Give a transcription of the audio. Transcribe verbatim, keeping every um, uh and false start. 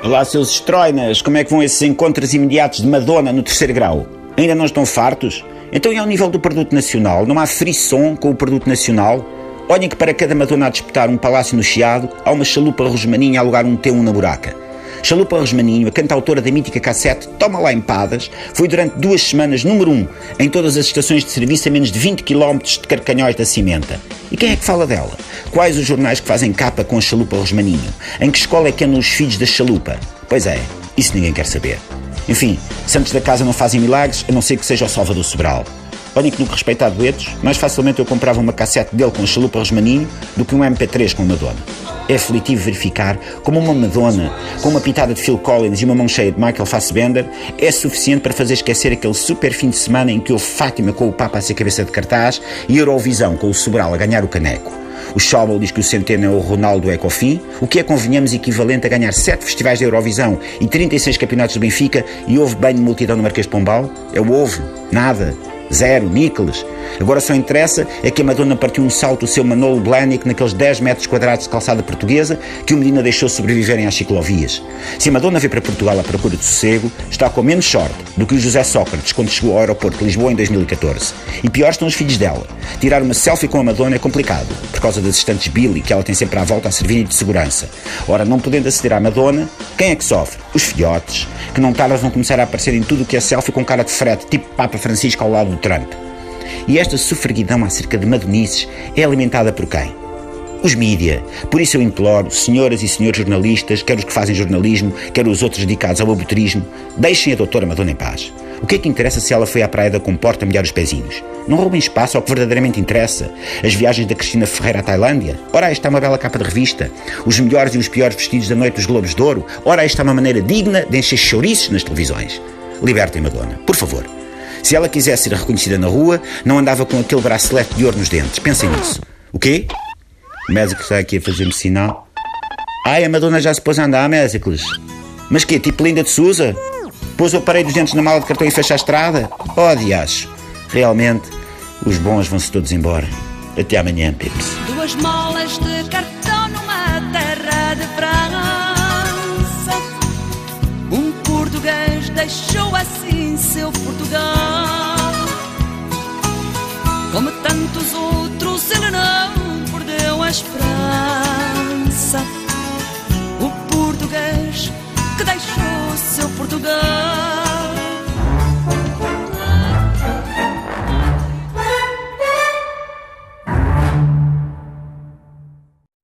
Olá, seus estroinas, como é que vão esses encontros imediatos de Madonna no terceiro grau? Ainda não estão fartos? Então e ao nível do produto nacional, não há frisson com o produto nacional? Olhem que para cada Madonna a disputar um palácio no Chiado, há uma chalupa Rosmaninho a alugar um T um na buraca. Chalupa Rosmaninho, a cantautora da mítica cassete Toma Lá Empadas, foi durante duas semanas número um em todas as estações de serviço a menos de vinte quilómetros de Carcanhóis da Cimenta. E quem é que fala dela? Quais os jornais que fazem capa com a Chalupa Rosmaninho? Em que escola é que andam os filhos da chalupa? Pois é, isso ninguém quer saber. Enfim, santos da casa não fazem milagres, a não ser que seja o Salvador Sobral. Olhem que no que respeita a duetos, mais facilmente eu comprava uma cassete dele com a Chalupa Rosmaninho do que um M P três com Madonna. É aflitivo verificar como uma Madonna, com uma pitada de Phil Collins e uma mão cheia de Michael Fassbender, é suficiente para fazer esquecer aquele super fim de semana em que houve Fátima com o Papa a ser cabeça de cartaz e Eurovisão com o Sobral a ganhar o caneco. O Schauble diz que o Centeno é o Ronaldo Ecofim, o que é, convenhamos, equivalente a ganhar sete festivais da Eurovisão e trinta e seis campeonatos do Benfica, e houve banho de multidão no Marquês de Pombal? É o ovo? Nada. Zero, níqueles. Agora só interessa é que a Madonna partiu um salto o seu Manolo Blahnik naqueles dez metros quadrados de calçada portuguesa que o Medina deixou sobreviverem às ciclovias. Se a Madonna veio para Portugal à procura de sossego, está com menos sorte do que o José Sócrates quando chegou ao aeroporto de Lisboa em dois mil e catorze. E pior estão os filhos dela. Tirar uma selfie com a Madonna é complicado, por causa das estantes Billy que ela tem sempre à volta a servir de segurança. Ora, não podendo aceder à Madonna, quem é que sofre? Os filhotes, que não tardas vão começar a aparecer em tudo o que é selfie com cara de frete, tipo Papa Francisco ao lado do Trump. E esta sofreguidão acerca de madonices é alimentada por quem? Os mídia. Por isso eu imploro, senhoras e senhores jornalistas, quer os que fazem jornalismo, quer os outros dedicados ao abuturismo, deixem a doutora Madonna em paz. O que é que interessa se ela foi à praia da Comporta molhar os pezinhos? Não roubem espaço ao que verdadeiramente interessa. As viagens da Cristina Ferreira à Tailândia? Ora, esta é uma bela capa de revista. Os melhores e os piores vestidos da noite dos Globos de Ouro? Ora, esta é uma maneira digna de encher chouriços nas televisões. Libertem Madonna, por favor. Se ela quisesse ser reconhecida na rua, não andava com aquele bracelete de ouro nos dentes. Pensem nisso. O quê? O médico está aqui a fazer-me sinal. Ai, a Madonna já se pôs a andar, Mésicles. Mas quê? Tipo Linda de Sousa? Pôs o aparelho dos dentes na mala de cartão e fecha a estrada? Oh, diacho. Realmente, os bons vão-se todos embora. Até amanhã, Pips. Duas molas de cartão numa terra de França. Um português deixou assim seu Portugal. Como tantos outros, ele não